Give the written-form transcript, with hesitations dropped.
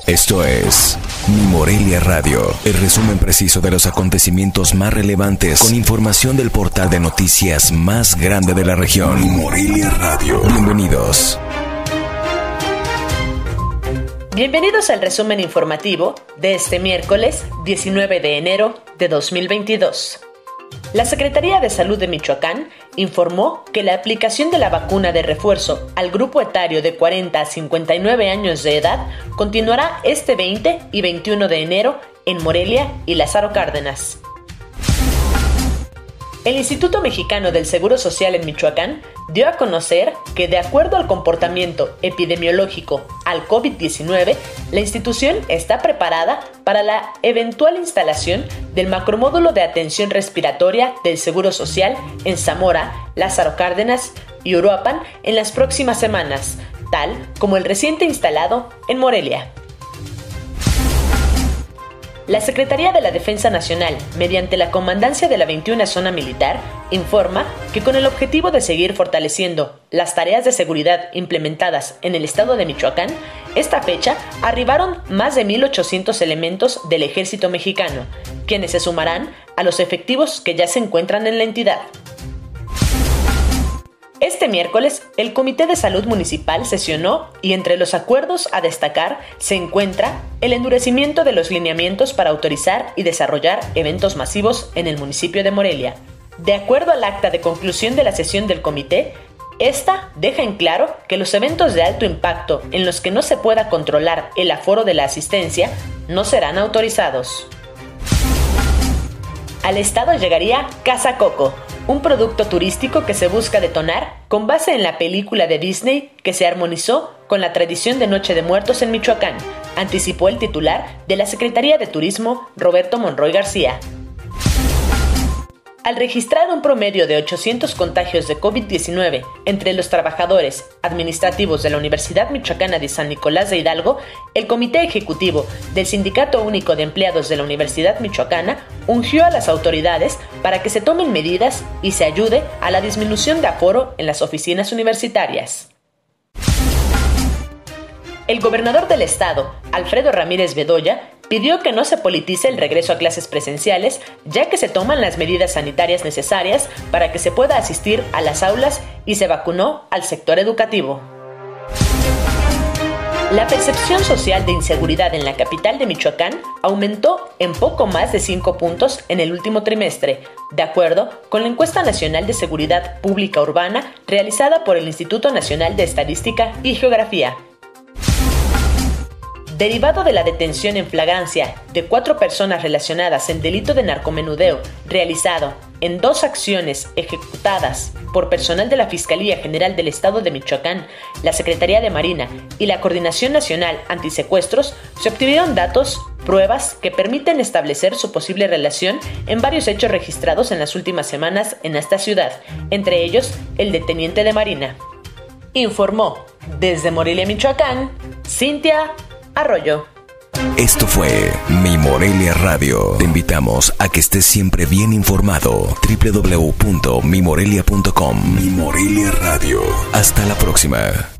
Esto es Mi Morelia Radio, el resumen preciso de los acontecimientos más relevantes con información del portal de noticias más grande de la región. Mi Morelia Radio. Bienvenidos. Bienvenidos al resumen informativo de este miércoles 19 de enero de 2022. La Secretaría de Salud de Michoacán informó que la aplicación de la vacuna de refuerzo al grupo etario de 40 a 59 años de edad continuará este 20 y 21 de enero en Morelia y Lázaro Cárdenas. El Instituto Mexicano del Seguro Social en Michoacán dio a conocer que, de acuerdo al comportamiento epidemiológico al COVID-19, la institución está preparada para la eventual instalación del macromódulo de atención respiratoria del Seguro Social en Zamora, Lázaro Cárdenas y Uruapan en las próximas semanas, tal como el reciente instalado en Morelia. La Secretaría de la Defensa Nacional, mediante la Comandancia de la 21 Zona Militar, informa que con el objetivo de seguir fortaleciendo las tareas de seguridad implementadas en el estado de Michoacán, esta fecha arribaron más de 1,800 elementos del Ejército Mexicano, quienes se sumarán a los efectivos que ya se encuentran en la entidad. Este miércoles, el Comité de Salud Municipal sesionó y entre los acuerdos a destacar se encuentra el endurecimiento de los lineamientos para autorizar y desarrollar eventos masivos en el municipio de Morelia. De acuerdo al acta de conclusión de la sesión del comité, esta deja en claro que los eventos de alto impacto en los que no se pueda controlar el aforo de la asistencia no serán autorizados. Al estado llegaría Casa Coco, un producto turístico que se busca detonar con base en la película de Disney que se armonizó con la tradición de Noche de Muertos en Michoacán, anticipó el titular de la Secretaría de Turismo, Roberto Monroy García. Al registrar un promedio de 800 contagios de COVID-19 entre los trabajadores administrativos de la Universidad Michoacana de San Nicolás de Hidalgo, el Comité Ejecutivo del Sindicato Único de Empleados de la Universidad Michoacana ungió a las autoridades para que se tomen medidas y se ayude a la disminución de aforo en las oficinas universitarias. El gobernador del estado, Alfredo Ramírez Bedoya, pidió que no se politice el regreso a clases presenciales, ya que se toman las medidas sanitarias necesarias para que se pueda asistir a las aulas y se vacunó al sector educativo. La percepción social de inseguridad en la capital de Michoacán aumentó en poco más de 5 puntos en el último trimestre, de acuerdo con la encuesta nacional de seguridad pública urbana realizada por el Instituto Nacional de Estadística y Geografía. Derivado de la detención en flagrancia de 4 personas relacionadas en delito de narcomenudeo realizado en 2 acciones ejecutadas por personal de la Fiscalía General del Estado de Michoacán, la Secretaría de Marina y la Coordinación Nacional Antisecuestros, se obtuvieron datos, pruebas que permiten establecer su posible relación en varios hechos registrados en las últimas semanas en esta ciudad, entre ellos el de teniente de Marina. Informó desde Morelia, Michoacán, Cintia Arroyo. Esto fue Mi Morelia Radio. Te invitamos a que estés siempre bien informado. www.mimorelia.com. Mi Morelia Radio. Hasta la próxima.